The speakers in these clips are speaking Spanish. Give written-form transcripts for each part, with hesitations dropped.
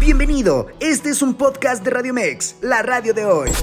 Bienvenido, este es un podcast de Radio Mex, la radio de hoy.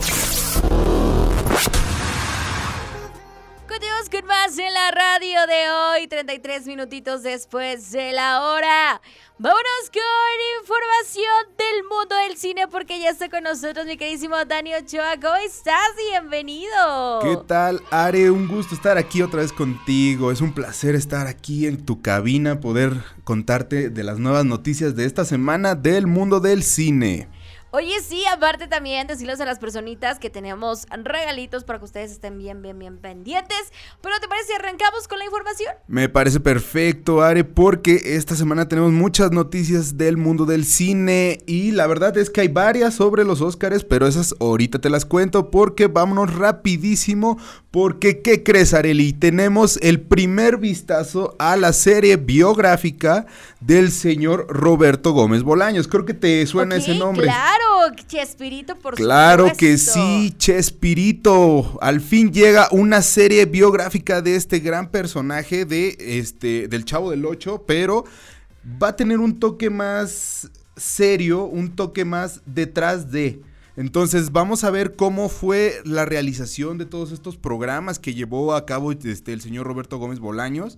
Continuamos con más en la radio de hoy, 33 minutitos después de la hora. Vámonos con información del mundo del cine porque ya está con nosotros mi queridísimo Dani Ochoa. ¿Cómo estás? Bienvenido. ¿Qué tal, Are? Un gusto estar aquí otra vez contigo. Es un placer estar aquí en tu cabina, poder contarte de las nuevas noticias de esta semana del mundo del cine. Oye, sí, aparte también decirles a las personitas que tenemos regalitos para que ustedes estén bien pendientes. Pero ¿te parece si arrancamos con la información? Me parece perfecto, Are, porque esta semana tenemos muchas noticias del mundo del cine y la verdad es que hay varias sobre los Óscares, pero esas ahorita te las cuento porque vámonos rapidísimo, porque ¿qué crees, Arely? Tenemos el primer vistazo a la serie biográfica del señor Roberto Gómez Bolaños. Creo que te suena ese nombre. Claro, Chespirito, por supuesto. Claro que sí, Chespirito. Al fin llega una serie biográfica de este gran personaje del Chavo del Ocho, pero va a tener un toque más serio, un toque más detrás de. Entonces vamos a ver cómo fue la realización de todos estos programas que llevó a cabo el señor Roberto Gómez Bolaños.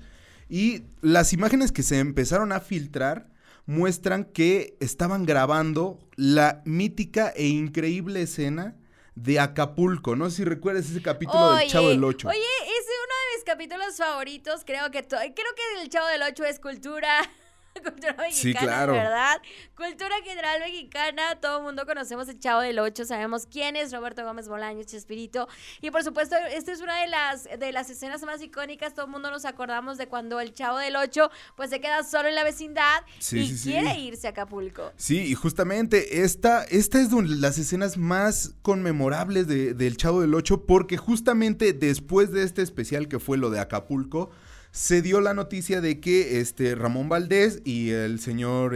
Y las imágenes que se empezaron a filtrar muestran que estaban grabando la mítica e increíble escena de Acapulco. No sé si recuerdas ese capítulo del Chavo del Ocho. Oye, es uno de mis capítulos favoritos. Creo que el Chavo del Ocho es cultura mexicana, sí, claro, ¿verdad? Cultura general mexicana, todo el mundo conocemos el Chavo del Ocho, sabemos quién es Roberto Gómez Bolaños, Chespirito, y por supuesto, esta es una de las escenas más icónicas, todo el mundo nos acordamos de cuando el Chavo del Ocho, pues se queda solo en la vecindad quiere irse a Acapulco. Sí, y justamente esta es de las escenas más conmemorables del Chavo del Ocho, porque justamente después de este especial que fue lo de Acapulco, se dio la noticia de que Ramón Valdés y el señor,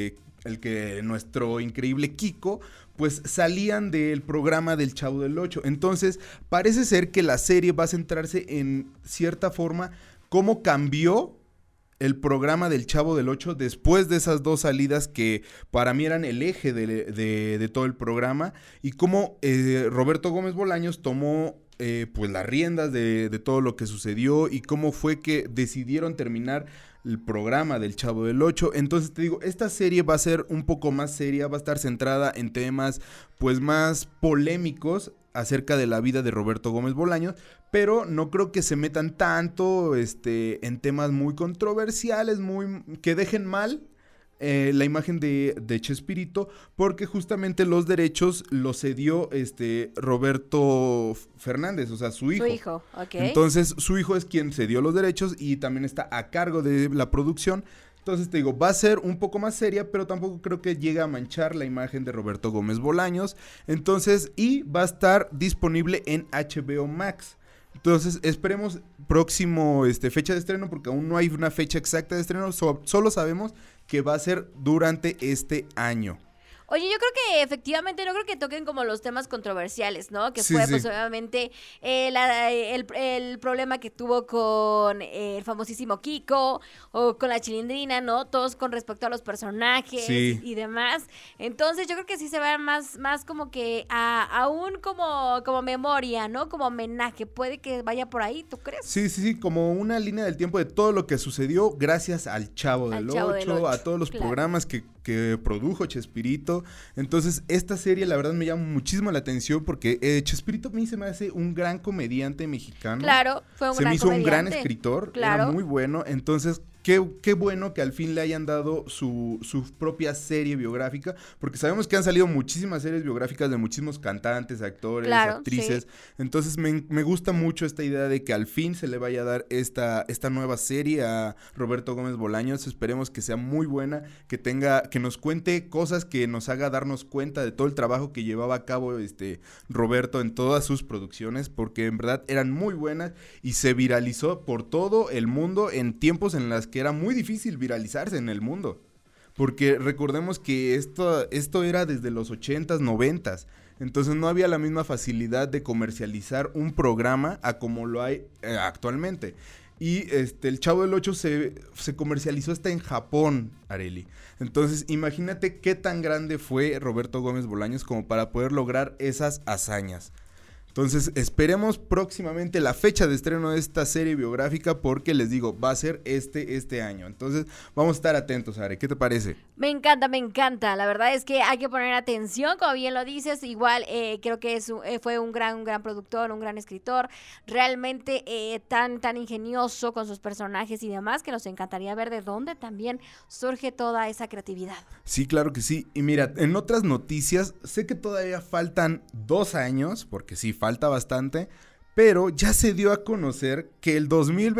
nuestro increíble Kiko, pues salían del programa del Chavo del Ocho. Entonces, parece ser que la serie va a centrarse en cierta forma cómo cambió el programa del Chavo del Ocho después de esas dos salidas que para mí eran el eje de todo el programa, y cómo Roberto Gómez Bolaños tomó pues las riendas de todo lo que sucedió y cómo fue que decidieron terminar el programa del Chavo del Ocho. Entonces te digo, esta serie va a ser un poco más seria, va a estar centrada en temas pues más polémicos acerca de la vida de Roberto Gómez Bolaños, pero no creo que se metan tanto en temas muy controversiales, que dejen mal la imagen de Chespirito, porque justamente los derechos los cedió Roberto Fernández, o sea, su hijo. Su hijo, ok. Entonces, su hijo es quien cedió los derechos y también está a cargo de la producción. Entonces te digo, va a ser un poco más seria, pero tampoco creo que llegue a manchar la imagen de Roberto Gómez Bolaños. Entonces, y va a estar disponible en HBO Max. Entonces, esperemos próximo fecha de estreno, porque aún no hay una fecha exacta de estreno, solo sabemos que va a ser durante este año. Oye, yo creo que efectivamente no creo que toquen como los temas controversiales, ¿no? Que sí, fue, sí, pues, obviamente, el problema que tuvo con el famosísimo Kiko o con la Chilindrina, ¿no? Todos con respecto a los personajes y demás. Entonces, yo creo que sí se va más como que aún como memoria, ¿no? Como homenaje. Puede que vaya por ahí, ¿tú crees? Sí, como una línea del tiempo de todo lo que sucedió gracias al Chavo del Ocho, a todos los programas que produjo Chespirito. Entonces, esta serie la verdad me llama muchísimo la atención porque Chespirito a mí se me hace un gran comediante mexicano. Claro, fue un gran comediante. Se me hizo un gran escritor, claro. Era muy bueno. Entonces, qué bueno que al fin le hayan dado su propia serie biográfica, porque sabemos que han salido muchísimas series biográficas de muchísimos cantantes, actores, actrices. Sí. Entonces, me gusta mucho esta idea de que al fin se le vaya a dar esta nueva serie a Roberto Gómez Bolaños. Esperemos que sea muy buena, que nos cuente cosas, que nos haga darnos cuenta de todo el trabajo que llevaba a cabo Roberto en todas sus producciones, porque en verdad eran muy buenas y se viralizó por todo el mundo en tiempos en las que era muy difícil viralizarse en el mundo. Porque recordemos que esto era desde los 80s, 90s. Entonces no había la misma facilidad de comercializar un programa a como lo hay actualmente. y el Chavo del Ocho se comercializó hasta en Japón, Arely. Entonces, imagínate qué tan grande fue Roberto Gómez Bolaños como para poder lograr esas hazañas. Entonces, esperemos próximamente la fecha de estreno de esta serie biográfica porque les digo, va a ser este año. Entonces, vamos a estar atentos, Are. ¿Qué te parece? Me encanta. La verdad es que hay que poner atención, como bien lo dices. Igual creo que fue un gran productor, un gran escritor. Realmente tan ingenioso con sus personajes y demás que nos encantaría ver de dónde también surge toda esa creatividad. Sí, claro que sí. Y mira, en otras noticias, sé que todavía faltan 2 años, porque sí, falta bastante, pero ya se dio a conocer que el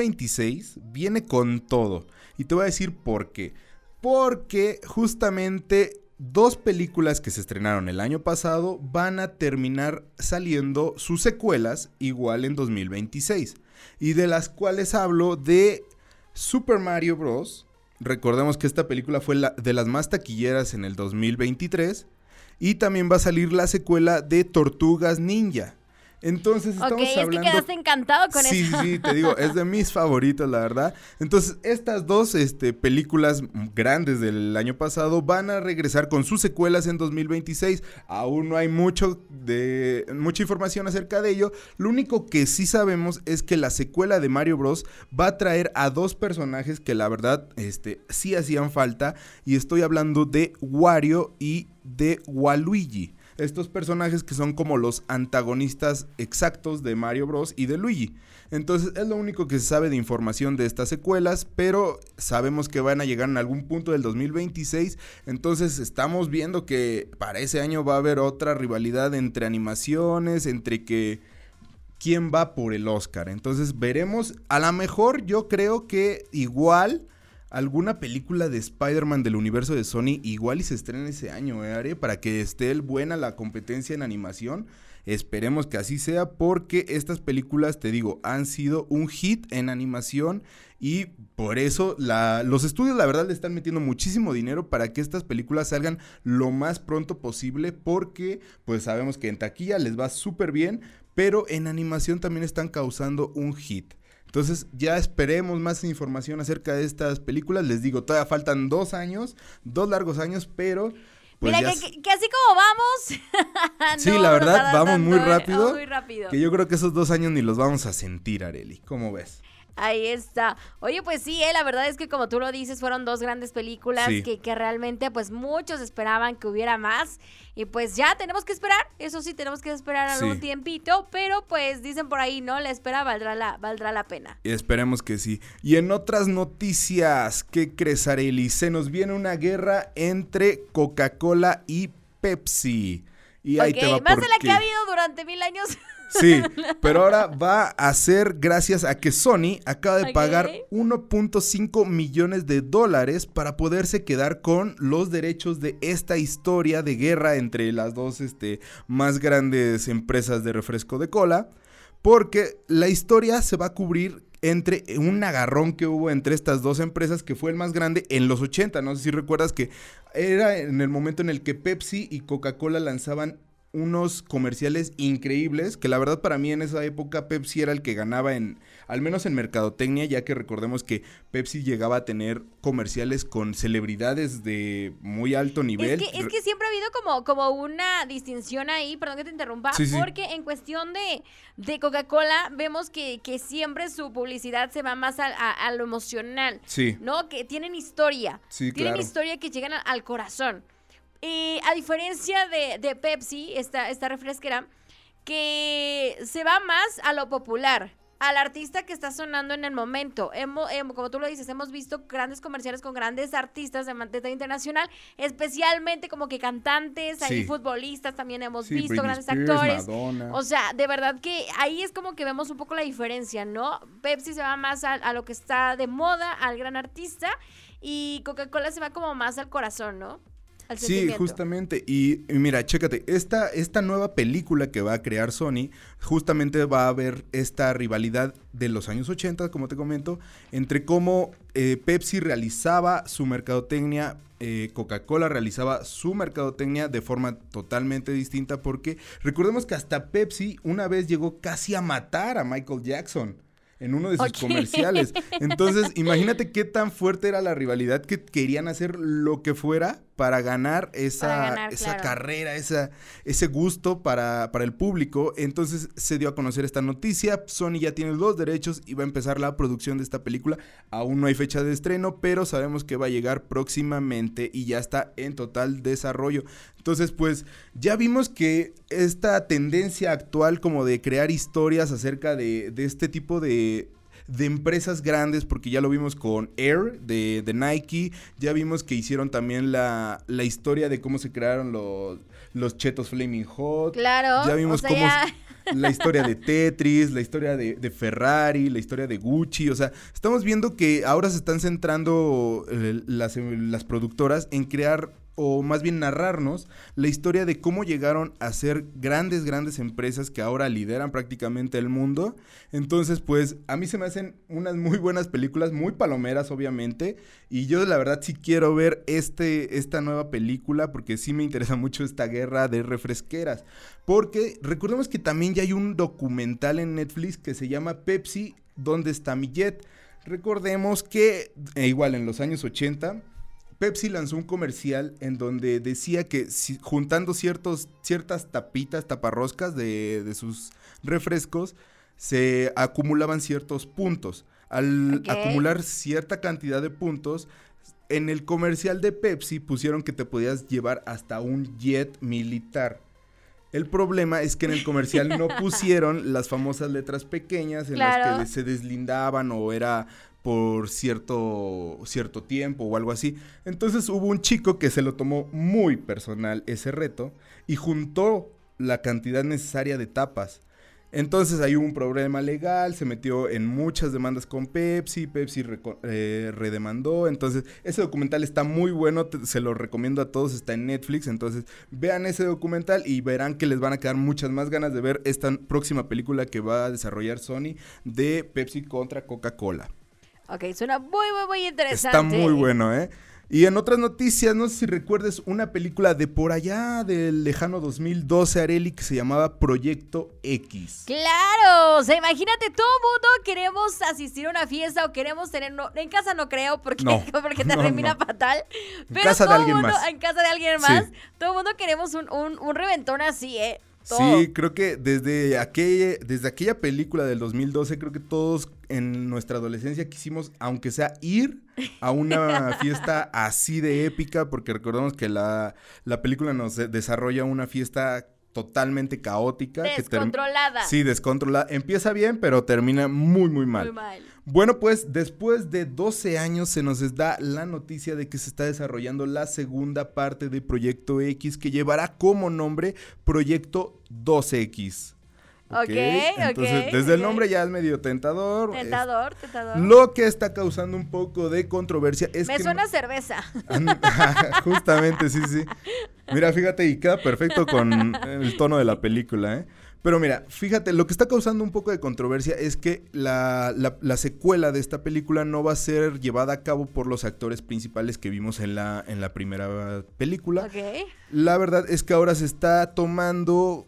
2026 viene con todo. Y te voy a decir por qué. Porque justamente 2 películas que se estrenaron el año pasado van a terminar saliendo sus secuelas igual en 2026. Y de las cuales hablo de Super Mario Bros. Recordemos que esta película fue de las más taquilleras en el 2023. Y también va a salir la secuela de Tortugas Ninja. Entonces estamos hablando... Ok, es que quedaste encantado con eso. Sí, te digo, es de mis favoritos, la verdad. Entonces, estas 2 películas grandes del año pasado van a regresar con sus secuelas en 2026. Aún no hay mucha información acerca de ello. Lo único que sí sabemos es que la secuela de Mario Bros. Va a traer a 2 personajes que la verdad sí hacían falta. Y estoy hablando de Wario y de Waluigi. Estos personajes que son como los antagonistas exactos de Mario Bros. Y de Luigi. Entonces es lo único que se sabe de información de estas secuelas, pero sabemos que van a llegar en algún punto del 2026. Entonces estamos viendo que para ese año va a haber otra rivalidad entre animaciones, entre quién va por el Oscar. Entonces veremos, a lo mejor yo creo que igual... alguna película de Spider-Man del universo de Sony igual y se estrena ese año, Are, para que esté buena la competencia en animación. Esperemos que así sea porque estas películas, te digo, han sido un hit en animación y por eso los estudios la verdad le están metiendo muchísimo dinero para que estas películas salgan lo más pronto posible porque pues sabemos que en taquilla les va súper bien, pero en animación también están causando un hit. Entonces ya esperemos más información acerca de estas películas. Les digo, todavía faltan 2 años, 2 largos años, pero... pues mira, que así como vamos... sí, la verdad, vamos muy rápido. Muy rápido. Que yo creo que esos 2 años ni los vamos a sentir, Arely. ¿Cómo ves? Ahí está. Oye, pues sí, la verdad es que como tú lo dices, fueron 2 grandes películas sí. que realmente pues muchos esperaban que hubiera más. Y pues ya tenemos que esperar, eso sí, tenemos que esperar algún tiempito, pero pues dicen por ahí, ¿no? La espera valdrá la pena. Y esperemos que sí. Y en otras noticias, ¿qué crees, Arely? Se nos viene una guerra entre Coca-Cola y Pepsi. Y ahí te va más de la que ha habido durante 1000 años. Sí, pero ahora va a ser gracias a que Sony acaba de pagar $1.5 millones para poderse quedar con los derechos de esta historia de guerra entre las 2 más grandes empresas de refresco de cola, porque la historia se va a cubrir entre un agarrón que hubo entre estas 2 empresas, que fue el más grande en los 80, no sé si recuerdas que era en el momento en el que Pepsi y Coca-Cola lanzaban unos comerciales increíbles, que la verdad para mí en esa época Pepsi era el que ganaba al menos en mercadotecnia, ya que recordemos que Pepsi llegaba a tener comerciales con celebridades de muy alto nivel. Es que siempre ha habido como una distinción ahí, perdón que te interrumpa, porque en cuestión de Coca-Cola vemos que siempre su publicidad se va más a lo emocional, ¿no? Que tienen historia, tienen historia que llegan al corazón. Y a diferencia de Pepsi, esta refresquera, que se va más a lo popular, al artista que está sonando en el momento. Como tú lo dices, hemos visto grandes comerciales con grandes artistas de talla internacional, especialmente como que cantantes, ahí futbolistas también hemos visto, Britney grandes Spears, actores. Madonna. O sea, de verdad que ahí es como que vemos un poco la diferencia, ¿no? Pepsi se va más a lo que está de moda, al gran artista, y Coca-Cola se va como más al corazón, ¿no? Sí, justamente, y mira, chécate, esta nueva película que va a crear Sony, justamente va a haber esta rivalidad de los años 80, como te comento, entre cómo Pepsi realizaba su mercadotecnia, Coca-Cola realizaba su mercadotecnia de forma totalmente distinta, porque recordemos que hasta Pepsi una vez llegó casi a matar a Michael Jackson. en uno de sus comerciales. Entonces, imagínate qué tan fuerte era la rivalidad que querían hacer lo que fuera para ganar esa claro. carrera, ese gusto para el público. Entonces se dio a conocer esta noticia. Sony ya tiene los derechos y va a empezar la producción de esta película. Aún no hay fecha de estreno, pero sabemos que va a llegar próximamente y ya está en total desarrollo. Entonces, pues, ya vimos que esta tendencia actual como de crear historias acerca de este tipo de empresas grandes, porque ya lo vimos con Air de Nike, ya vimos que hicieron también la historia de cómo se crearon los chetos Flaming Hot. Claro, ya vimos cómo la historia de Tetris, la historia de Ferrari, la historia de Gucci. O sea, estamos viendo que ahora se están centrando las productoras en crear, o más bien narrarnos, la historia de cómo llegaron a ser grandes empresas que ahora lideran prácticamente el mundo. Entonces, pues, a mí se me hacen unas muy buenas películas, muy palomeras, obviamente, y yo la verdad sí quiero ver esta nueva película, porque sí me interesa mucho esta guerra de refresqueras, porque recordemos que también ya hay un documental en Netflix que se llama Pepsi, ¿dónde está mi jet? Recordemos que, igual en los años 80... Pepsi lanzó un comercial en donde decía que juntando ciertas taparroscas de sus refrescos, se acumulaban ciertos puntos. Al acumular cierta cantidad de puntos, en el comercial de Pepsi pusieron que te podías llevar hasta un jet militar. El problema es que en el comercial no pusieron las famosas letras pequeñas en las que se deslindaban o era por cierto tiempo o algo así. Entonces hubo un chico que se lo tomó muy personal ese reto y juntó la cantidad necesaria de tapas. Entonces ahí hubo un problema legal, se metió en muchas demandas con Pepsi redemandó. Entonces ese documental está muy bueno, se lo recomiendo a todos, está en Netflix. Entonces vean ese documental y verán que les van a quedar muchas más ganas de ver esta próxima película que va a desarrollar Sony de Pepsi contra Coca-Cola. Ok, suena muy interesante. Está muy bueno, ¿eh? Y en otras noticias, no sé si recuerdes una película de por allá del lejano 2012, Arely, que se llamaba Proyecto X. ¡Claro! O sea, imagínate, todo mundo queremos asistir a una fiesta o queremos tener... en casa no creo, porque te termina fatal. Pero en casa de alguien más. En casa de alguien más. Sí. Todo el mundo queremos un reventón así, ¿eh? Todo. Sí, creo que desde aquella película del 2012, creo que todos en nuestra adolescencia quisimos, aunque sea, ir a una fiesta así de épica, porque recordemos que la película nos desarrolla una fiesta totalmente caótica. Descontrolada. Sí, descontrolada. Empieza bien, pero termina muy mal. Muy mal. Bueno, pues después de 12 años se nos da la noticia de que se está desarrollando la segunda parte de Proyecto X, que llevará como nombre Proyecto 2X. Entonces, desde el nombre ya es medio tentador. Tentador. Lo que está causando un poco de controversia es Me suena a cerveza. Justamente, sí. Mira, fíjate, y queda perfecto con el tono de la película, ¿eh? Pero mira, fíjate, lo que está causando un poco de controversia es que la secuela de esta película no va a ser llevada a cabo por los actores principales que vimos en la primera película. La verdad es que ahora se está tomando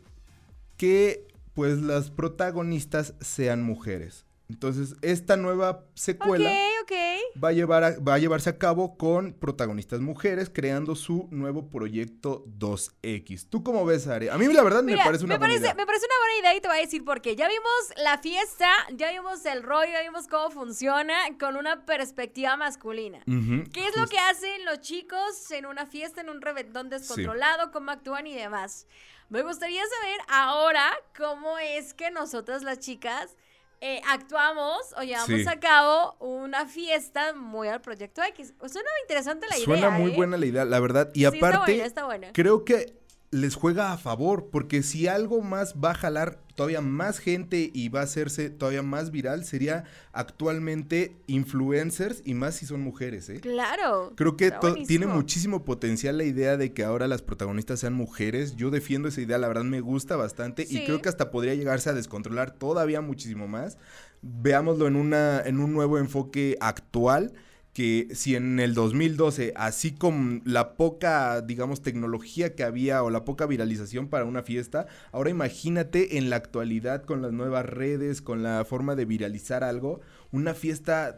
que pues las protagonistas sean mujeres. Entonces, esta nueva secuela va a llevarse a cabo con protagonistas mujeres, creando su nuevo Proyecto 2X. ¿Tú cómo ves, Are? A mí la verdad me parece una buena idea. Me parece una buena idea y te voy a decir por qué. Ya vimos la fiesta, ya vimos el rollo, ya vimos cómo funciona con una perspectiva masculina. ¿Qué es lo que hacen los chicos en una fiesta, en un reventón descontrolado? Cómo actúan y demás. Me gustaría saber ahora cómo es que nosotras las chicas actuamos o llevamos a cabo una fiesta muy al Proyecto X. Suena muy interesante la idea. Suena muy buena la idea, la verdad. Y aparte, está buena. Creo que les juega a favor, porque si algo más va a jalar todavía más gente y va a hacerse todavía más viral, sería actualmente influencers, y más si son mujeres, ¿eh? Claro. Creo que tiene muchísimo potencial la idea de que ahora las protagonistas sean mujeres. Yo defiendo esa idea, la verdad me gusta bastante, y creo que hasta podría llegarse a descontrolar todavía muchísimo más. Veámoslo en un nuevo enfoque actual, que si en el 2012, así con la poca, digamos, tecnología que había o la poca viralización para una fiesta, ahora imagínate en la actualidad con las nuevas redes, con la forma de viralizar algo, una fiesta,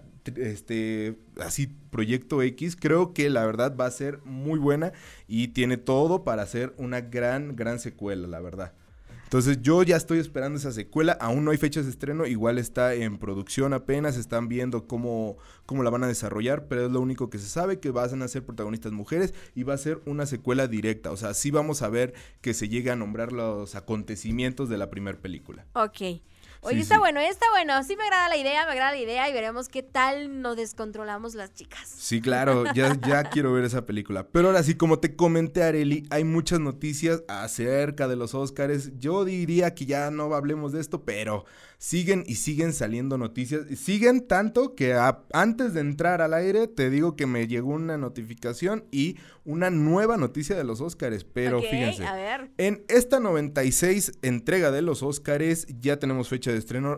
así, Proyecto X, creo que la verdad va a ser muy buena y tiene todo para hacer una gran secuela, la verdad. Entonces yo ya estoy esperando esa secuela, aún no hay fechas de estreno, igual está en producción apenas, están viendo cómo la van a desarrollar, pero es lo único que se sabe, que van a ser protagonistas mujeres y va a ser una secuela directa, o sea, sí vamos a ver que se llegue a nombrar los acontecimientos de la primera película. Ok. Oye, está bueno, sí me agrada la idea y veremos qué tal nos descontrolamos las chicas. Sí, claro, ya quiero ver esa película. Pero ahora sí, como te comenté, Arely, hay muchas noticias acerca de los Óscares. Yo diría que ya no hablemos de esto, pero siguen saliendo noticias. Siguen tanto que antes de entrar al aire te digo que me llegó una notificación y una nueva noticia de los Óscares. Pero fíjense, a ver. En esta 96 entrega de los Óscares ya tenemos fecha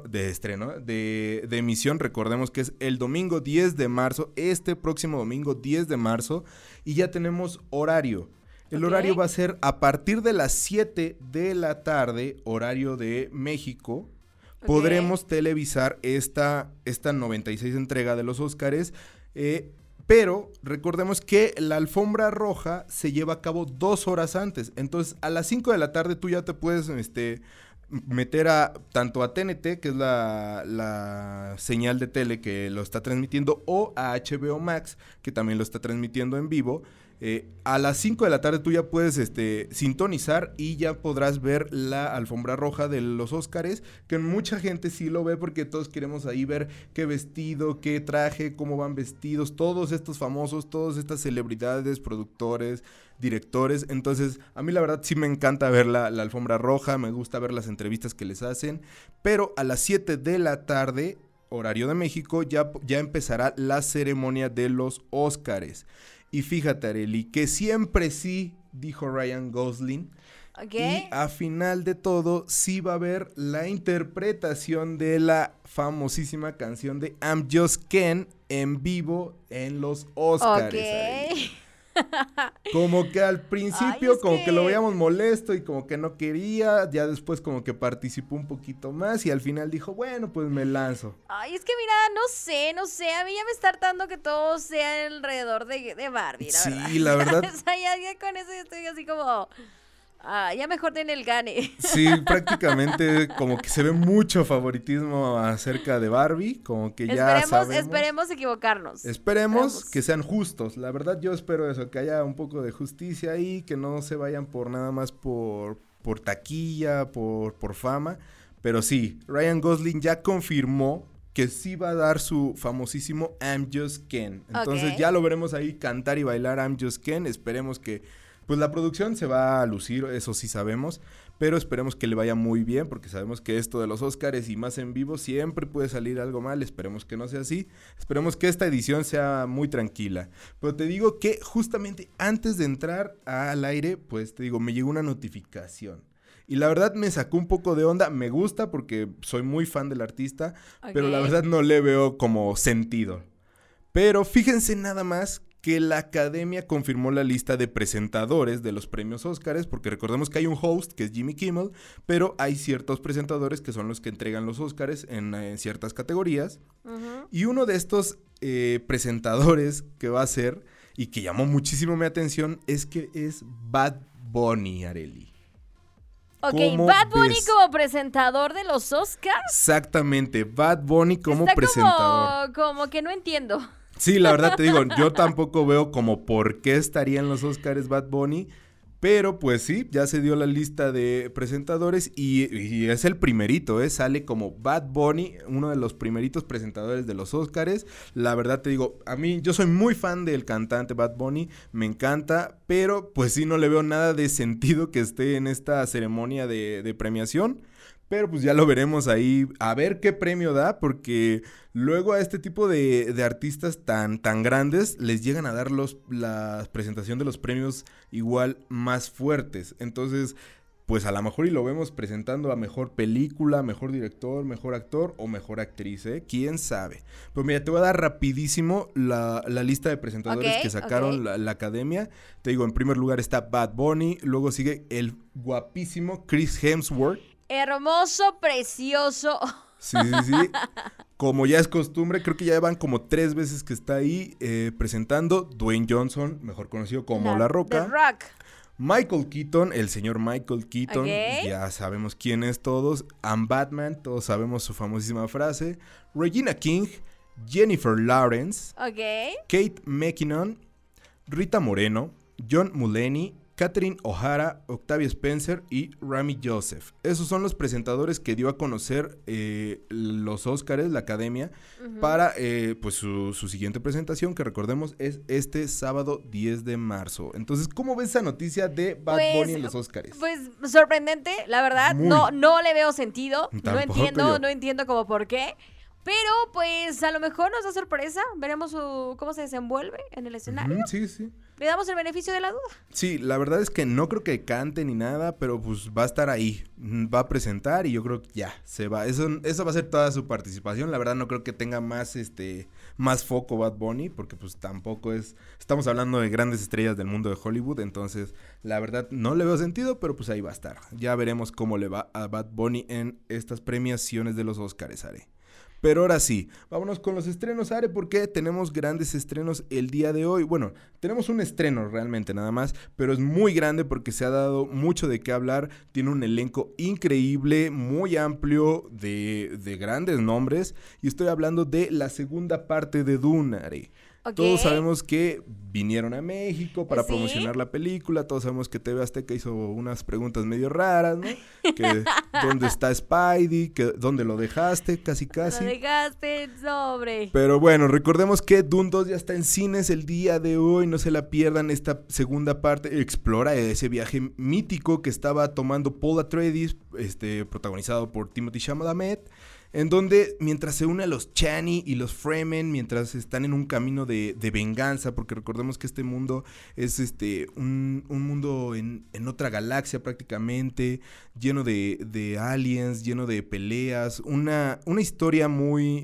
de emisión. Recordemos que es el domingo 10 de marzo, este próximo domingo 10 de marzo, y ya tenemos horario. El horario va a ser a partir de las 7 de la tarde, horario de México. Podremos televisar esta 96 entrega de los Óscares, pero recordemos que la alfombra roja se lleva a cabo 2 horas antes. Entonces, a las 5 de la tarde tú ya te puedes meter tanto a TNT, que es la señal de tele que lo está transmitiendo, o a HBO Max, que también lo está transmitiendo en vivo. A las 5 de la tarde tú ya puedes sintonizar y ya podrás ver la alfombra roja de los Óscares, que mucha gente sí lo ve porque todos queremos ahí ver qué vestido, qué traje, cómo van vestidos, todos estos famosos, todas estas celebridades, productores, directores. Entonces a mí la verdad sí me encanta ver la alfombra roja, me gusta ver las entrevistas que les hacen, pero a las 7 de la tarde, horario de México, ya empezará la ceremonia de los Óscares. Y fíjate, Arely, que siempre sí, dijo Ryan Gosling. Y a final de todo, sí va a haber la interpretación de la famosísima canción de I'm Just Ken en vivo en los Óscares. Como que al principio que lo veíamos molesto y como que no quería, ya después como que participó un poquito más y al final dijo, bueno, pues me lanzo. Ay, es que mira, no sé, a mí ya me está hartando que todo sea alrededor de Barbie, la verdad. Sí, la verdad. O sea, ya con eso yo estoy así como... ya mejor den el gane. Sí, prácticamente como que se ve mucho favoritismo acerca de Barbie, como que ya sabemos. Esperemos equivocarnos. Esperemos que sean justos. La verdad yo espero eso, que haya un poco de justicia ahí, que no se vayan por nada más por taquilla, por fama. Pero sí, Ryan Gosling ya confirmó que sí va a dar su famosísimo I'm Just Ken. Entonces ya lo veremos ahí cantar y bailar I'm Just Ken. Esperemos que... Pues la producción se va a lucir, eso sí sabemos, pero esperemos que le vaya muy bien, porque sabemos que esto de los Óscares y más en vivo siempre puede salir algo mal, esperemos que no sea así, esperemos que esta edición sea muy tranquila. Pero te digo que justamente antes de entrar al aire, pues te digo, me llegó una notificación. Y la verdad me sacó un poco de onda, me gusta porque soy muy fan del artista, pero la verdad no le veo como sentido. Pero fíjense nada más que la Academia confirmó la lista de presentadores de los premios Óscares, porque recordemos que hay un host, que es Jimmy Kimmel, pero hay ciertos presentadores que son los que entregan los Óscares en ciertas categorías. Uh-huh. Y uno de estos presentadores que va a ser, y que llamó muchísimo mi atención, es que es Bad Bunny, Arely. Ok, Bad Bunny como presentador de los Óscars. Exactamente, Bad Bunny como presentador. Como que no entiendo. Sí, la verdad te digo, yo tampoco veo como por qué estaría en los Óscares Bad Bunny, pero pues sí, ya se dio la lista de presentadores y es el primerito, sale como Bad Bunny, uno de los primeritos presentadores de los Óscares. La verdad te digo, a mí, yo soy muy fan del cantante Bad Bunny, me encanta, pero pues sí no le veo nada de sentido que esté en esta ceremonia de premiación. Pero pues ya lo veremos ahí, a ver qué premio da, porque luego a este tipo de artistas tan grandes les llegan a dar la presentación de los premios igual más fuertes. Entonces, pues a lo mejor y lo vemos presentando a mejor película, mejor director, mejor actor o mejor actriz, ¿eh? ¿Quién sabe? Pues mira, te voy a dar rapidísimo la lista de presentadores que sacaron la academia. Te digo, en primer lugar está Bad Bunny, luego sigue el guapísimo Chris Hemsworth. Hermoso, precioso. Sí. Como ya es costumbre, creo que ya van como 3 veces que está ahí presentando. Dwayne Johnson, mejor conocido como La Roca. The Rock. Michael Keaton, el señor Michael Keaton, ya sabemos quién es todos. And Batman, todos sabemos su famosísima frase. Regina King, Jennifer Lawrence, Kate McKinnon, Rita Moreno, John Mulaney, Catherine O'Hara, Octavia Spencer y Rami Joseph. Esos son los presentadores que dio a conocer los Óscares, la Academia, para pues su siguiente presentación, que recordemos es este sábado 10 de marzo. Entonces, ¿cómo ves esa noticia de Bad Bunny en los Óscares? Pues sorprendente, la verdad. No le veo sentido. Tampoco no entiendo como por qué. Pero, pues, a lo mejor nos da sorpresa. Veremos cómo se desenvuelve en el escenario. Sí. Le damos el beneficio de la duda. Sí, la verdad es que no creo que cante ni nada, pero pues va a estar ahí. Va a presentar y yo creo que ya se va. Eso va a ser toda su participación. La verdad no creo que tenga más foco Bad Bunny, porque pues tampoco estamos hablando de grandes estrellas del mundo de Hollywood. Entonces, la verdad no le veo sentido, pero pues ahí va a estar. Ya veremos cómo le va a Bad Bunny en estas premiaciones de los Óscares, Are. Pero ahora sí, vámonos con los estrenos, Are, porque tenemos grandes estrenos el día de hoy. Bueno, tenemos un estreno realmente nada más, pero es muy grande porque se ha dado mucho de qué hablar. Tiene un elenco increíble, muy amplio, de grandes nombres. Y estoy hablando de la segunda parte de Dune, Are. Todos sabemos que vinieron a México para promocionar la película. Todos sabemos que TV Azteca hizo unas preguntas medio raras, ¿no? Que ¿dónde está Spidey? Que ¿dónde lo dejaste? Casi. Lo dejaste, sobre. Pero bueno, recordemos que Dune 2 ya está en cines el día de hoy. No se la pierdan. Esta segunda parte explora ese viaje mítico que estaba tomando Paul Atreides, protagonizado por Timothée Chalamet, en donde mientras se une a los Chani y los Fremen, mientras están en un camino de venganza, porque recordemos que este mundo es un mundo en otra galaxia prácticamente, lleno de aliens, lleno de peleas, una historia muy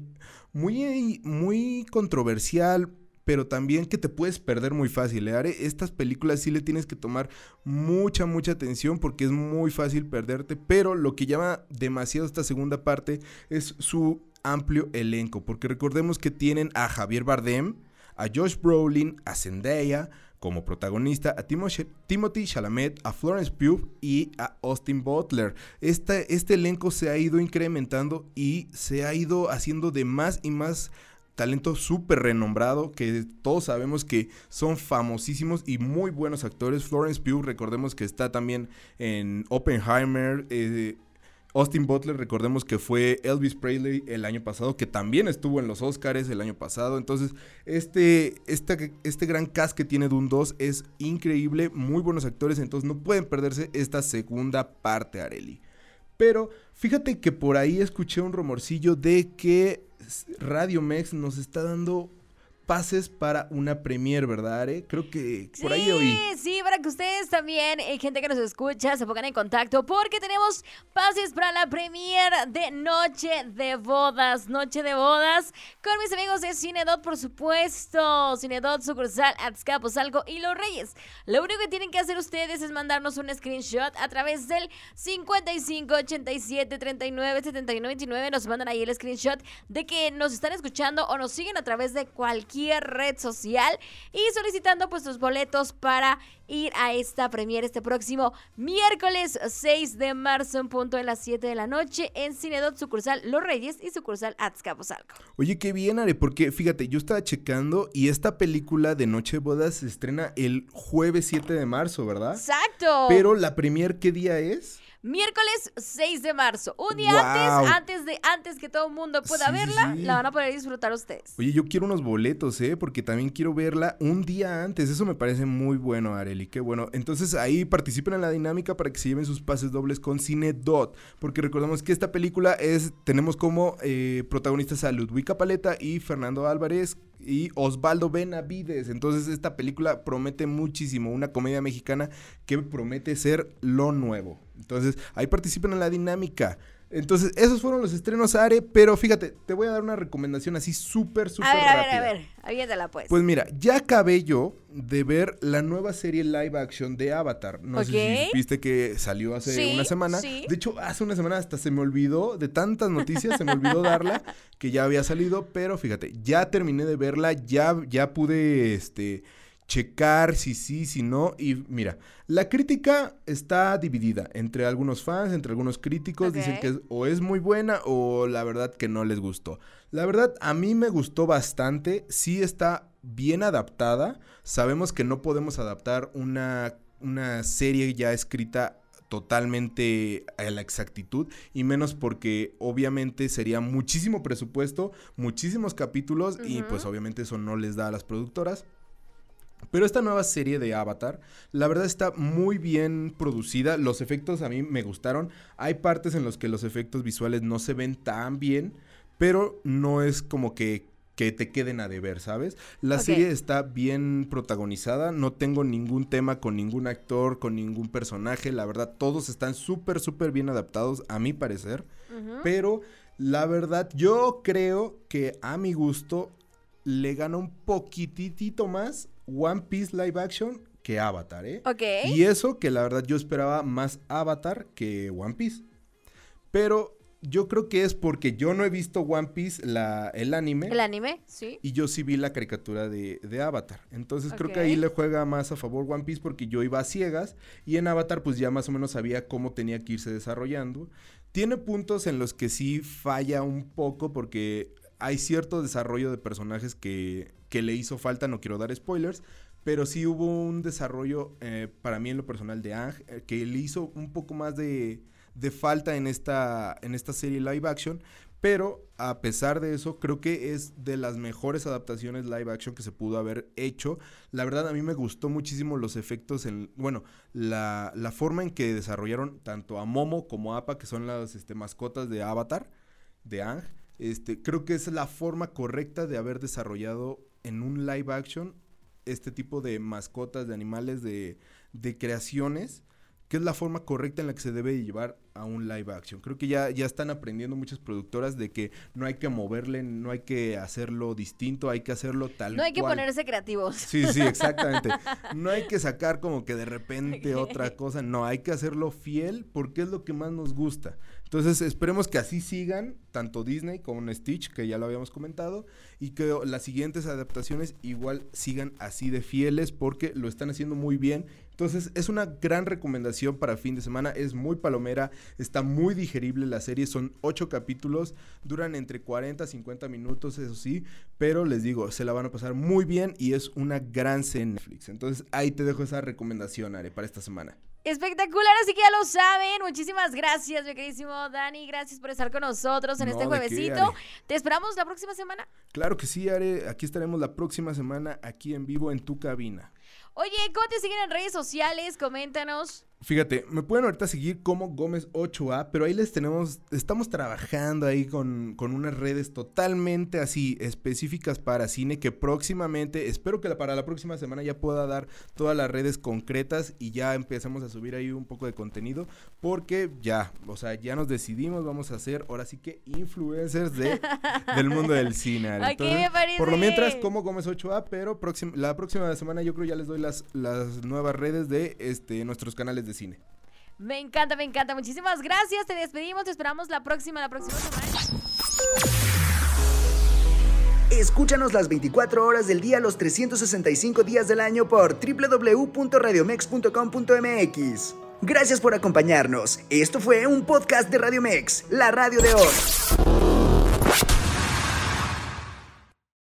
controversial, pero también que te puedes perder muy fácil, Are. Estas películas sí le tienes que tomar mucha atención porque es muy fácil perderte, pero lo que llama demasiado esta segunda parte es su amplio elenco, porque recordemos que tienen a Javier Bardem, a Josh Brolin, a Zendaya como protagonista, a Timothée Chalamet, a Florence Pugh y a Austin Butler. Este elenco se ha ido incrementando y se ha ido haciendo de más y más talento súper renombrado, que todos sabemos que son famosísimos y muy buenos actores. Florence Pugh, recordemos que está también en Oppenheimer. Austin Butler, recordemos que fue Elvis Presley el año pasado, que también estuvo en los Óscares el año pasado. Entonces, este gran cast que tiene Dune 2 es increíble, muy buenos actores, entonces no pueden perderse esta segunda parte, Arely. Pero fíjate que por ahí escuché un rumorcillo de que Radio Mex nos está dando pases para una premiere, ¿verdad, Are? Creo que por ahí oí. Sí, para que ustedes también, gente que nos escucha, se pongan en contacto, porque tenemos pases para la premiere de Noche de Bodas, con mis amigos de Cinedot, por supuesto. Cinedot, sucursal Azcapotzalco y Los Reyes. Lo único que tienen que hacer ustedes es mandarnos un screenshot a través del 55 87 39 79 29. Nos mandan ahí el screenshot de que nos están escuchando o nos siguen a través de cualquier red social y solicitando pues sus boletos para ir a esta premiere este próximo miércoles 6 de marzo en punto de las 7 de la noche en Cinedot, sucursal Los Reyes y sucursal Azcapotzalco. Oye, qué bien, Are, porque fíjate, yo estaba checando y esta película de Noche de Bodas se estrena el jueves 7 de marzo, ¿verdad? Exacto. Pero la premiere, ¿qué día es? Miércoles 6 de marzo, un día antes que todo el mundo pueda verla, la van a poder disfrutar ustedes. Oye, yo quiero unos boletos, porque también quiero verla un día antes, eso me parece muy bueno, Arely, qué bueno. Entonces ahí participen en la dinámica para que se lleven sus pases dobles con Cinedot, porque recordemos que esta película tenemos como protagonistas a Ludwika Paleta y Fernando Álvarez y Osvaldo Benavides. Entonces esta película promete muchísimo, una comedia mexicana que promete ser lo nuevo. Entonces, ahí participan en la dinámica. Entonces, esos fueron los estrenos, Are, pero fíjate, te voy a dar una recomendación así súper rápida. A ver, aviéntala pues. Pues mira, ya acabé yo de ver la nueva serie live action de Avatar. No sé si viste que salió hace una semana. Sí. De hecho, hace una semana hasta se me olvidó, de tantas noticias, se me olvidó darla, que ya había salido, pero fíjate, ya terminé de verla, ya pude, checar si sí, si no, y mira, la crítica está dividida entre algunos fans, entre algunos críticos, dicen que o es muy buena o la verdad que no les gustó. La verdad, a mí me gustó bastante, sí está bien adaptada, sabemos que no podemos adaptar una serie ya escrita totalmente a la exactitud, y menos porque obviamente sería muchísimo presupuesto, muchísimos capítulos, y pues obviamente eso no les da a las productoras. Pero esta nueva serie de Avatar, la verdad está muy bien producida. Los efectos a mí me gustaron. Hay partes en las que los efectos visuales no se ven tan bien, pero no es como que te queden a deber, ¿sabes? La serie está bien protagonizada. No tengo ningún tema con ningún actor, con ningún personaje. La verdad, todos están súper bien adaptados, a mi parecer. Pero la verdad, yo creo que a mi gusto le gana un poquitito más One Piece live action que Avatar, ¿eh? Y eso que la verdad yo esperaba más Avatar que One Piece. Pero yo creo que es porque yo no he visto One Piece, el anime. El anime, sí. Y yo sí vi la caricatura de Avatar. Entonces creo que ahí le juega más a favor One Piece porque yo iba a ciegas. Y en Avatar pues ya más o menos sabía cómo tenía que irse desarrollando. Tiene puntos en los que sí falla un poco porque hay cierto desarrollo de personajes que le hizo falta, no quiero dar spoilers, pero sí hubo un desarrollo para mí en lo personal de Aang, que le hizo un poco más de falta en esta serie live action, pero a pesar de eso creo que es de las mejores adaptaciones live action que se pudo haber hecho. La verdad a mí me gustó muchísimo los efectos, la forma en que desarrollaron tanto a Momo como a Appa, que son las mascotas de Avatar, de Aang. Creo que es la forma correcta de haber desarrollado en un live action este tipo de mascotas, de animales, de creaciones, que es la forma correcta en la que se debe llevar a un live action. Creo que ya están aprendiendo muchas productoras de que no hay que moverle, no hay que hacerlo distinto, hay que hacerlo tal cual. No hay que ponerse creativos. Sí, exactamente. No hay que sacar como que de repente otra cosa, no, hay que hacerlo fiel porque es lo que más nos gusta. Entonces esperemos que así sigan, tanto Disney como Stitch, que ya lo habíamos comentado, y que las siguientes adaptaciones igual sigan así de fieles porque lo están haciendo muy bien. Entonces es una gran recomendación para fin de semana, es muy palomera, está muy digerible la serie, son 8 capítulos, duran entre 40 a 50 minutos, eso sí, pero les digo, se la van a pasar muy bien y es una gran serie en Netflix. Entonces ahí te dejo esa recomendación, Are, para esta semana. Espectacular, así que ya lo saben. Muchísimas gracias, mi queridísimo Dani. Gracias por estar con nosotros en este juevesito. ¿Te esperamos la próxima semana? Claro que sí, Are. Aquí estaremos la próxima semana, aquí en vivo en tu cabina. Oye, ¿cómo te siguen en redes sociales? Coméntanos. Fíjate, me pueden ahorita seguir como Gómez8A, pero ahí estamos trabajando ahí con unas redes totalmente así específicas para cine que próximamente, espero que para la próxima semana ya pueda dar todas las redes concretas y ya empecemos a subir ahí un poco de contenido porque ya nos decidimos, vamos a ser ahora sí que influencers del mundo del cine. Entonces, me parece. Por lo mientras como Gómez8A, pero la próxima semana yo creo ya les doy las nuevas redes de nuestros canales de cine. Me encanta. Muchísimas gracias. Te despedimos. Te esperamos la próxima semana. Escúchanos las 24 horas del día, los 365 días del año por www.radiomex.com.mx. Gracias por acompañarnos. Esto fue un podcast de Radio Mex, la radio de hoy.